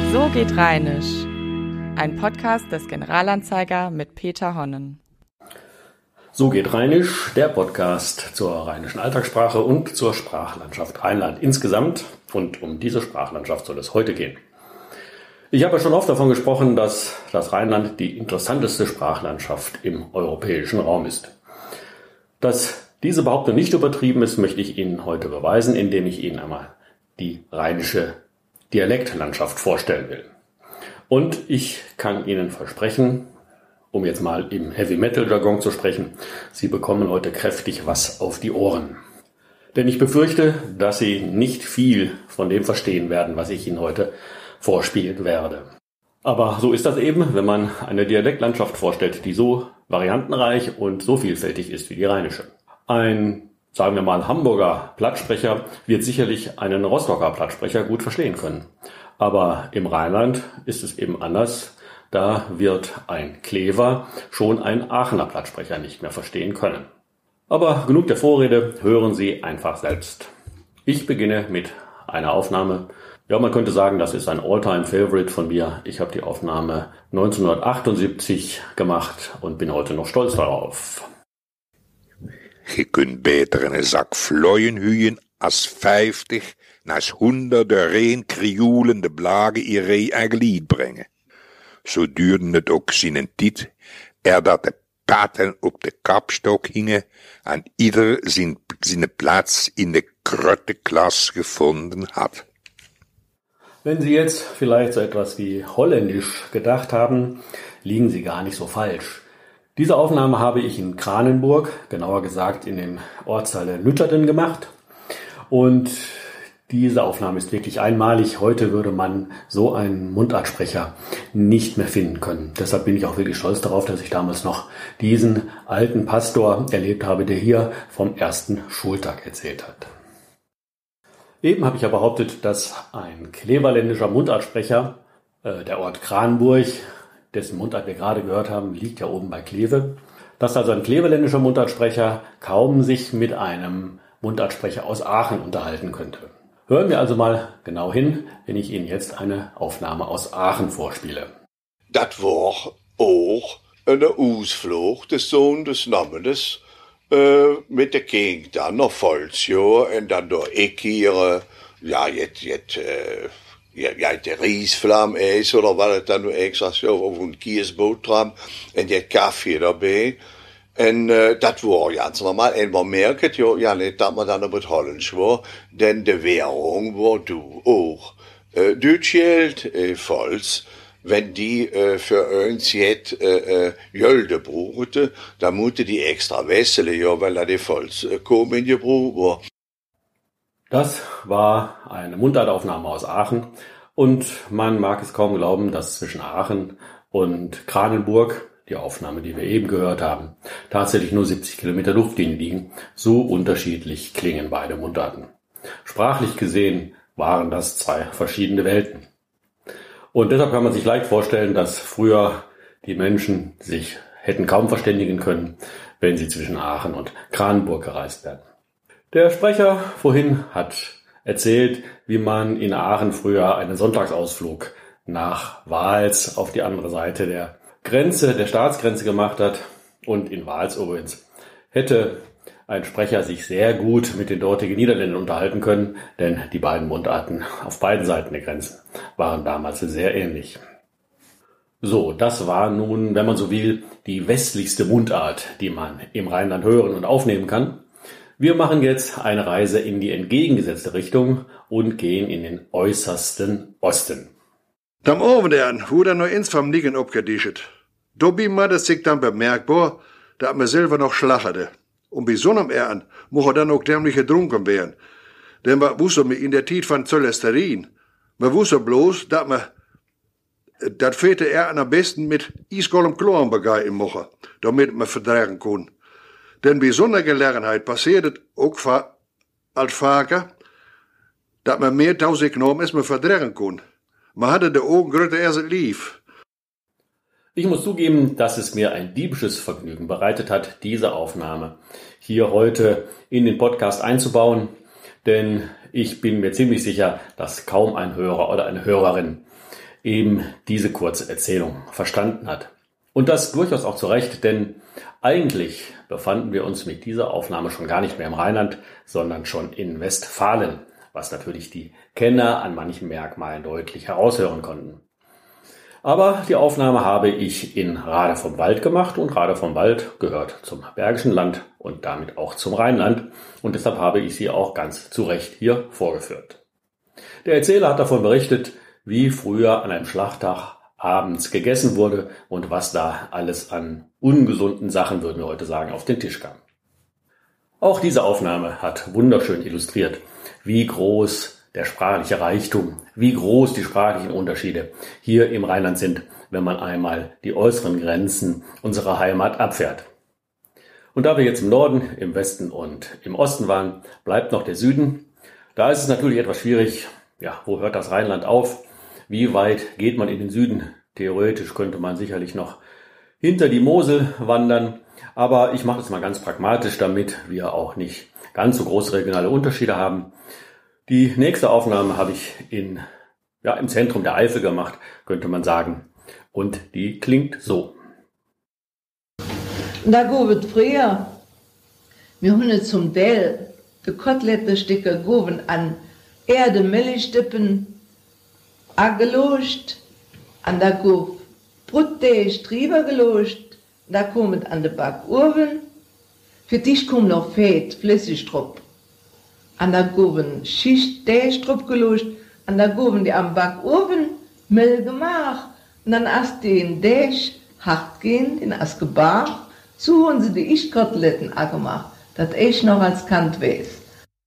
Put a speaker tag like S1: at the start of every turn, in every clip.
S1: So geht Rheinisch. Ein Podcast des Generalanzeiger mit Peter Honnen.
S2: So geht Rheinisch, der Podcast zur rheinischen Alltagssprache und zur Sprachlandschaft Rheinland insgesamt. Und um diese Sprachlandschaft soll es heute gehen. Ich habe ja schon oft davon gesprochen, dass das Rheinland die interessanteste Sprachlandschaft im europäischen Raum ist. Dass diese Behauptung nicht übertrieben ist, möchte ich Ihnen heute beweisen, indem ich Ihnen einmal die rheinische Dialektlandschaft vorstellen will. Und ich kann Ihnen versprechen, um jetzt mal im Heavy-Metal-Jargon zu sprechen, Sie bekommen heute kräftig was auf die Ohren. Denn ich befürchte, dass Sie nicht viel von dem verstehen werden, was ich Ihnen heute vorspielen werde. Aber so ist das eben, wenn man eine Dialektlandschaft vorstellt, die so variantenreich und so vielfältig ist wie die rheinische. Ein, sagen wir mal, Hamburger Plattsprecher wird sicherlich einen Rostocker Plattsprecher gut verstehen können. Aber im Rheinland ist es eben anders. Da wird ein Klever schon ein Aachener Plattsprecher nicht mehr verstehen können. Aber genug der Vorrede, hören Sie einfach selbst. Ich beginne mit einer Aufnahme. Ja, man könnte sagen, das ist ein All-Time-Favorite von mir. Ich habe die Aufnahme 1978 gemacht und bin heute noch stolz darauf.
S3: Je kunt beter een zak vlooien huien als 50, naast 100 reen krioelende blagen in ree eigen lied brengen. Zo duurde het ook zijn tijd, dat de paten op de kapstok hingen, en ieder zijn plaats in de grote klas gefunden had.
S2: Wenn Sie jetzt vielleicht so etwas wie Holländisch gedacht haben, liegen Sie gar nicht so falsch. Diese Aufnahme habe ich in Kranenburg, genauer gesagt in dem Ortsteil Lütterden gemacht. Und diese Aufnahme ist wirklich einmalig. Heute würde man so einen Mundartsprecher nicht mehr finden können. Deshalb bin ich auch wirklich stolz darauf, dass ich damals noch diesen alten Pastor erlebt habe, der hier vom ersten Schultag erzählt hat. Eben habe ich ja behauptet, dass ein kleverländischer Mundartsprecher, der Ort Kranenburg, dessen Mundart wir gerade gehört haben, liegt ja oben bei Kleve, dass also ein kleverländischer Mundartsprecher kaum sich mit einem Mundartsprecher aus Aachen unterhalten könnte. Hören wir also mal genau hin, wenn ich Ihnen jetzt eine Aufnahme aus Aachen vorspiele.
S4: Dat war auch eine Ausflug des Sohn des Namens mit der Kind dann noch Volksjahr und dann door ik hier, de Riesvlam is, oder wat het dan nu extra zo, of een Kiesbootram, en die koffie daarbij. En dat was ganz normaal. En we merken, ja, niet dat we dan op het Hollands waren, denn de Währung war du auch. Deutsch Geld, Volks, wenn die für uns jetzt Gelde brauchte, dann musste die extra wesselen, ja, weil da die Volks kommen in Gebrauch war.
S2: Das war eine Mundartaufnahme aus Aachen und man mag es kaum glauben, dass zwischen Aachen und Kranenburg, die Aufnahme, die wir eben gehört haben, tatsächlich nur 70 Kilometer Luftlinie liegen. So unterschiedlich klingen beide Mundarten. Sprachlich gesehen waren das zwei verschiedene Welten. Und deshalb kann man sich leicht vorstellen, dass früher die Menschen sich hätten kaum verständigen können, wenn sie zwischen Aachen und Kranenburg gereist wären. Der Sprecher vorhin hat erzählt, wie man in Aachen früher einen Sonntagsausflug nach Wals auf die andere Seite der Grenze, der Staatsgrenze gemacht hat. Und in Wals übrigens hätte ein Sprecher sich sehr gut mit den dortigen Niederländern unterhalten können, denn die beiden Mundarten auf beiden Seiten der Grenzen waren damals sehr ähnlich. So, das war nun, wenn man so will, die westlichste Mundart, die man im Rheinland hören und aufnehmen kann. Wir machen jetzt eine Reise in die entgegengesetzte Richtung und gehen in den äußersten Osten.
S5: Am Abend wurde noch ins vom Liegen abgedischet. Dabei macht es sich dann bemerkbar, dass man selber noch schlacherte. Und bei so einem Ehren muss er dann auch dämlich getrunken werden. Denn man wusste mir in der Zeit von Cholesterin. Man wusste bloß, dass man das fette Ehren am besten mit iskoldem Chlor begehen muss, damit man vertragen kann. Denn bei so einer Gelegenheit passiert es auch als vaker, dass man mehr tausend genommen als man vertragen kann. Man hatte de Augen größer erst lief.
S2: Ich muss zugeben, dass es mir ein diebisches Vergnügen bereitet hat, diese Aufnahme hier heute in den Podcast einzubauen, denn ich bin mir ziemlich sicher, dass kaum ein Hörer oder eine Hörerin eben diese kurze Erzählung verstanden hat. Und das durchaus auch zu Recht, denn eigentlich befanden wir uns mit dieser Aufnahme schon gar nicht mehr im Rheinland, sondern schon in Westfalen, was natürlich die Kenner an manchen Merkmalen deutlich heraushören konnten. Aber die Aufnahme habe ich in Rade vom Wald gemacht und Rade vom Wald gehört zum Bergischen Land und damit auch zum Rheinland und deshalb habe ich sie auch ganz zu Recht hier vorgeführt. Der Erzähler hat davon berichtet, wie früher an einem Schlachttag abends gegessen wurde und was da alles an ungesunden Sachen, würden wir heute sagen, auf den Tisch kam. Auch diese Aufnahme hat wunderschön illustriert, wie groß der sprachliche Reichtum, wie groß die sprachlichen Unterschiede hier im Rheinland sind, wenn man einmal die äußeren Grenzen unserer Heimat abfährt. Und da wir jetzt im Norden, im Westen und im Osten waren, bleibt noch der Süden. Da ist es natürlich etwas schwierig, ja, wo hört das Rheinland auf? Wie weit geht man in den Süden? Theoretisch könnte man sicherlich noch hinter die Mosel wandern, aber ich mache das mal ganz pragmatisch, damit wir auch nicht ganz so große regionale Unterschiede haben. Die nächste Aufnahme habe ich im Zentrum der Eifel gemacht, könnte man sagen. Und die klingt so.
S6: Da govet früher. Wir haben zum Teil die Kotelettenstücke goven an Erde, Milchstippen, angelost, an der Gov Brutteig drüber gelost, da kommt an den Backofen, für dich kommt noch Fett, Flüssigstrupp. An der Goven Schicht Teigstrupp gelost, an der Goven die am Backofen Mehl gemacht, und dann hast den Teig hart gehen, in as gebar, so haben sie die Ichtkoteletten gemacht, das ich noch als Kant weiß.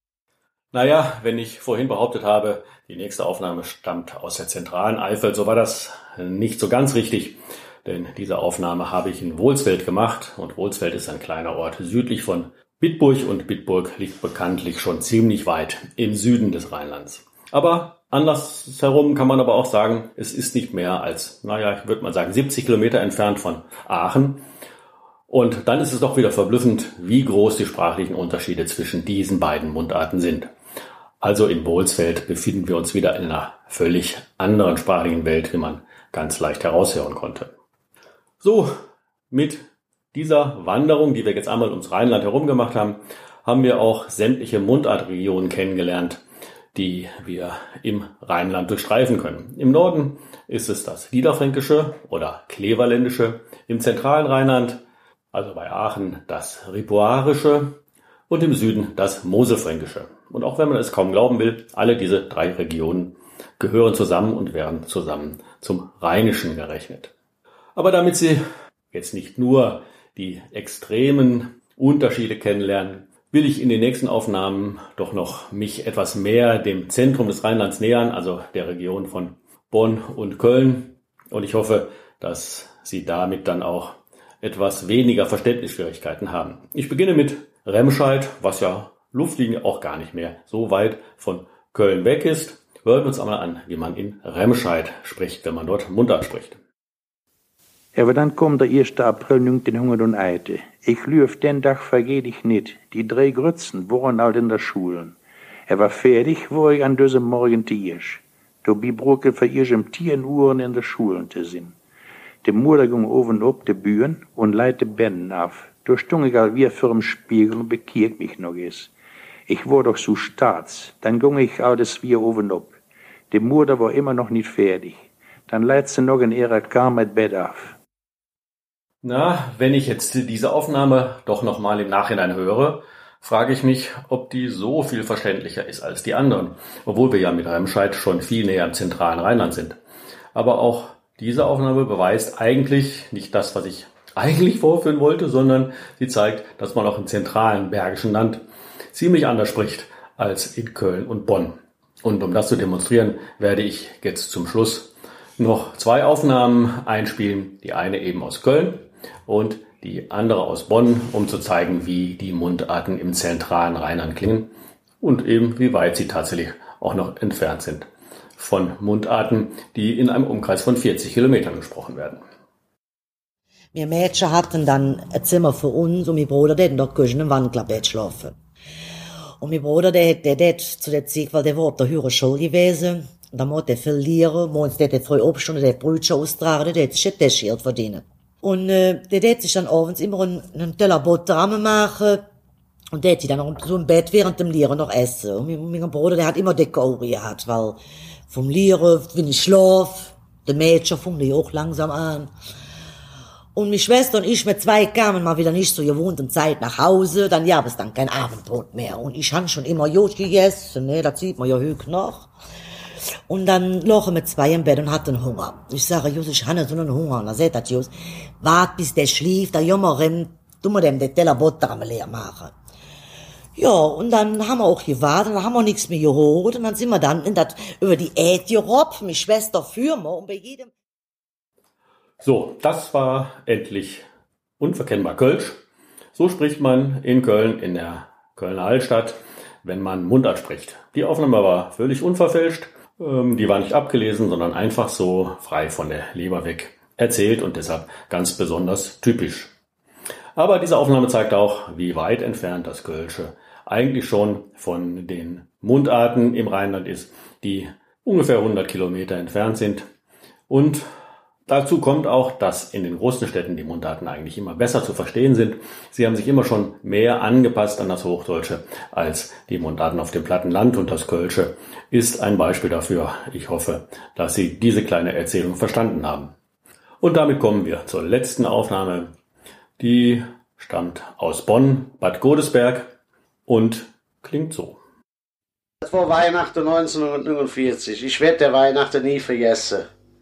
S2: Naja, wenn ich vorhin behauptet habe, die nächste Aufnahme stammt aus der zentralen Eifel, so war das nicht so ganz richtig, denn diese Aufnahme habe ich in Wohlsfeld gemacht und Wohlsfeld ist ein kleiner Ort südlich von Bitburg und Bitburg liegt bekanntlich schon ziemlich weit im Süden des Rheinlands. Aber andersherum kann man aber auch sagen, es ist nicht mehr als, ich würde mal sagen, 70 Kilometer entfernt von Aachen. Und dann ist es doch wieder verblüffend, wie groß die sprachlichen Unterschiede zwischen diesen beiden Mundarten sind. Also in Wohlsfeld befinden wir uns wieder in einer völlig anderen sprachlichen Welt, wie man ganz leicht heraushören konnte. So, mit dieser Wanderung, die wir jetzt einmal ums Rheinland herum gemacht haben, haben wir auch sämtliche Mundartregionen kennengelernt, die wir im Rheinland durchstreifen können. Im Norden ist es das Niederfränkische oder Kleverländische, im zentralen Rheinland, also bei Aachen, das Ripuarische und im Süden das Moselfränkische. Und auch wenn man es kaum glauben will, alle diese drei Regionen gehören zusammen und werden zusammen zum Rheinischen gerechnet. Aber damit Sie jetzt nicht nur die extremen Unterschiede kennenlernen, will ich in den nächsten Aufnahmen doch noch mich etwas mehr dem Zentrum des Rheinlands nähern, also der Region von Bonn und Köln. Und ich hoffe, dass Sie damit dann auch etwas weniger Verständnisschwierigkeiten haben. Ich beginne mit Remscheid, was ja Luftlinie auch gar nicht mehr so weit von Köln weg ist. Hören wir uns einmal an, wie man in Remscheid spricht, wenn man dort Mundart spricht.
S7: Aber dann kommt der 1. April 1901. Ich lüf den Tag vergeht ich nicht. Die 3 Grützen waren halt in der Schulen. War fertig, wo ich an diesem Morgen tisch. Dabei brucke für ihr 10 Uhren in der Schulen zu sein. Die Mutter ging oben auf die Bühne und leite Bennen auf. Da stung ich all wie vor dem Spiegel und bekirkt mich noch es. Ich war doch so staats. Dann ging ich all das wie oben auf. Die Mutter war immer noch nicht fertig. Dann leitet sie noch in ihrer Kammer das Bett auf.
S2: Na, wenn ich jetzt diese Aufnahme doch nochmal im Nachhinein höre, frage ich mich, ob die so viel verständlicher ist als die anderen, obwohl wir ja mit Remscheid schon viel näher im zentralen Rheinland sind. Aber auch diese Aufnahme beweist eigentlich nicht das, was ich eigentlich vorführen wollte, sondern sie zeigt, dass man auch im zentralen Bergischen Land ziemlich anders spricht als in Köln und Bonn. Und um das zu demonstrieren, werde ich jetzt zum Schluss noch 2 Aufnahmen einspielen, die eine eben aus Köln und die andere aus Bonn, um zu zeigen, wie die Mundarten im zentralen Rheinland klingen und eben wie weit sie tatsächlich auch noch entfernt sind von Mundarten, die in einem Umkreis von 40 Kilometern gesprochen werden.
S8: Wir Mädchen hatten dann ein Zimmer für uns und mein Bruder, der in der Küche im Wandlerbett schlafen. Und mein Bruder, der zu der Zeit, weil der war auf der höheren Schule gewesen, Und dann muss der verlieren, morgens der früh aufstehen, der Brötchen austragen, der hat sich ein Täschchen verdienen. Und der hat sich dann abends immer einen Teller Butter machen. Und der hat die dann noch so im Bett während dem Lieren noch essen. Und mein Bruder, der hat immer dicke Augen gehabt, weil vom Lieren, wenn ich schlaf, die Mädchen fangen die auch langsam an. Und meine Schwester und ich mit 2 kamen mal wieder nicht zur gewohnten Zeit nach Hause, dann gab es dann kein Abendbrot mehr. Und ich habe schon immer Jod gegessen, ne, das sieht man ja heute noch. Und dann lagen wir 2 im Bett und hatten Hunger. Ich sage, Jus, ich habe so einen Hunger. Und dann sagt das Jus, wart bis der schläft, da jammerin, du musst dem den Teller Butter am leer machen. Ja, und dann haben wir auch gewartet, dann haben wir nichts mehr geholt, und dann sind wir dann über die Äte gerobbt, meine Schwester für mir, und bei jedem...
S2: So, das war endlich unverkennbar Kölsch. So spricht man in Köln, in der Kölner Altstadt, wenn man Mundart spricht. Die Aufnahme war völlig unverfälscht, die war nicht abgelesen, sondern einfach so frei von der Leber weg erzählt und deshalb ganz besonders typisch. Aber diese Aufnahme zeigt auch, wie weit entfernt das Kölsche eigentlich schon von den Mundarten im Rheinland ist, die ungefähr 100 Kilometer entfernt sind. Und dazu kommt auch, dass in den großen Städten die Mundarten eigentlich immer besser zu verstehen sind. Sie haben sich immer schon mehr angepasst an das Hochdeutsche als die Mundarten auf dem platten Land, und das Kölsche ist ein Beispiel dafür. Ich hoffe, dass Sie diese kleine Erzählung verstanden haben. Und damit kommen wir zur letzten Aufnahme. Die stammt aus Bonn, Bad Godesberg und klingt so.
S9: Das war Weihnachten 1949. Ich werde der Weihnachten nie vergessen.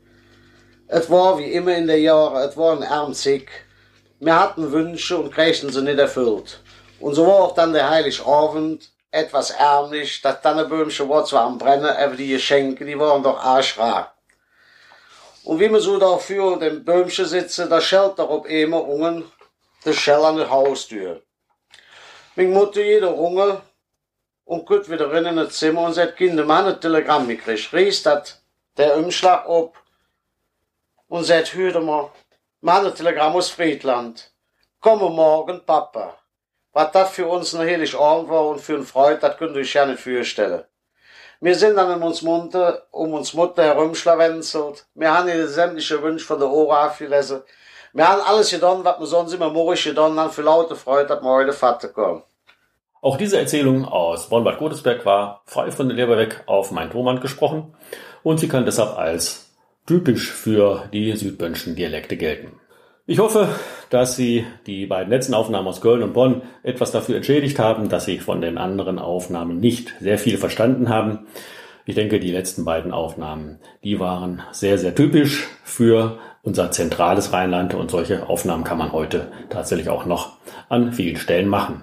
S9: Es war wie immer in den Jahren, es war ein Ärmzig. Wir hatten Wünsche und kriegten sie nicht erfüllt. Und so war auch dann der Heiligabend etwas ärmlich. Das Tannenbäumchen war zwar am Brennen, aber die Geschenke, die waren doch arschrar. Und wie wir so da für dem Bäumchen sitzen, da schellt doch ob immer ungen der Schell an der Haustür. Meine Mutter jeder Runge und geht wieder rein in das Zimmer und sagt, Kinder, man hat ein Telegramm gekriegt. Riest dat der Umschlag ab und sagt, hör mal, man hat ein Telegramm aus Friedland. Komme morgen, Papa. Was das für uns ein Heiligabend war und für eine Freude, das könnt ihr euch ja nicht vorstellen. Wir sind dann um uns Mutter herumschlawenzelt. Wir haben die sämtliche Wünsche von der Ohren abgelesen. Wir haben alles getan, was wir sonst immer morgens getan haben, für laute Freude, dass wir heute Vater kommen.
S2: Auch diese Erzählung aus Bonn-Bad Godesberg war frei von der Leber weg auf Main-Thomand gesprochen und sie kann deshalb als typisch für die südböhmischen Dialekte gelten. Ich hoffe, dass Sie die beiden letzten Aufnahmen aus Köln und Bonn etwas dafür entschädigt haben, dass Sie von den anderen Aufnahmen nicht sehr viel verstanden haben. Ich denke, die letzten beiden Aufnahmen, die waren sehr, sehr typisch für unser zentrales Rheinland, und solche Aufnahmen kann man heute tatsächlich auch noch an vielen Stellen machen.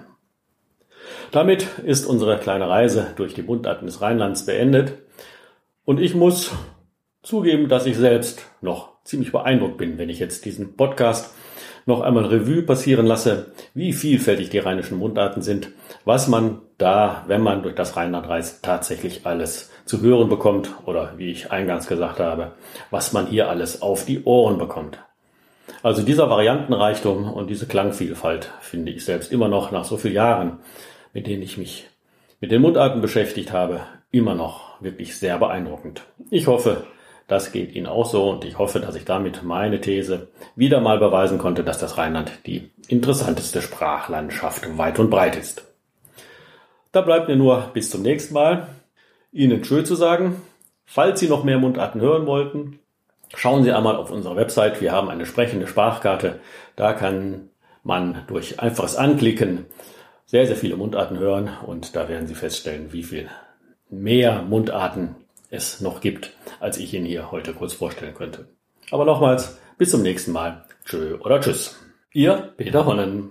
S2: Damit ist unsere kleine Reise durch die Mundarten des Rheinlands beendet, und ich muss zugeben, dass ich selbst noch ziemlich beeindruckt bin, wenn ich jetzt diesen Podcast noch einmal Revue passieren lasse, wie vielfältig die rheinischen Mundarten sind, was man da, wenn man durch das Rheinland reist, tatsächlich alles zu hören bekommt oder, wie ich eingangs gesagt habe, was man hier alles auf die Ohren bekommt. Also dieser Variantenreichtum und diese Klangvielfalt finde ich selbst immer noch nach so vielen Jahren, mit denen ich mich mit den Mundarten beschäftigt habe, immer noch wirklich sehr beeindruckend. Ich hoffe, das geht Ihnen auch so, und ich hoffe, dass ich damit meine These wieder mal beweisen konnte, dass das Rheinland die interessanteste Sprachlandschaft weit und breit ist. Da bleibt mir nur bis zum nächsten Mal Ihnen tschö zu sagen. Falls Sie noch mehr Mundarten hören wollten, schauen Sie einmal auf unserer Website. Wir haben eine sprechende Sprachkarte. Da kann man durch einfaches Anklicken sehr, sehr viele Mundarten hören, und da werden Sie feststellen, wie viel mehr Mundarten es noch gibt, als ich Ihnen hier heute kurz vorstellen könnte. Aber nochmals, bis zum nächsten Mal. Tschö oder tschüss. Ihr Peter Honnen.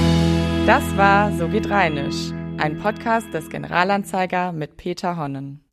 S1: Das war So geht Rheinisch, ein Podcast des Generalanzeiger mit Peter Honnen.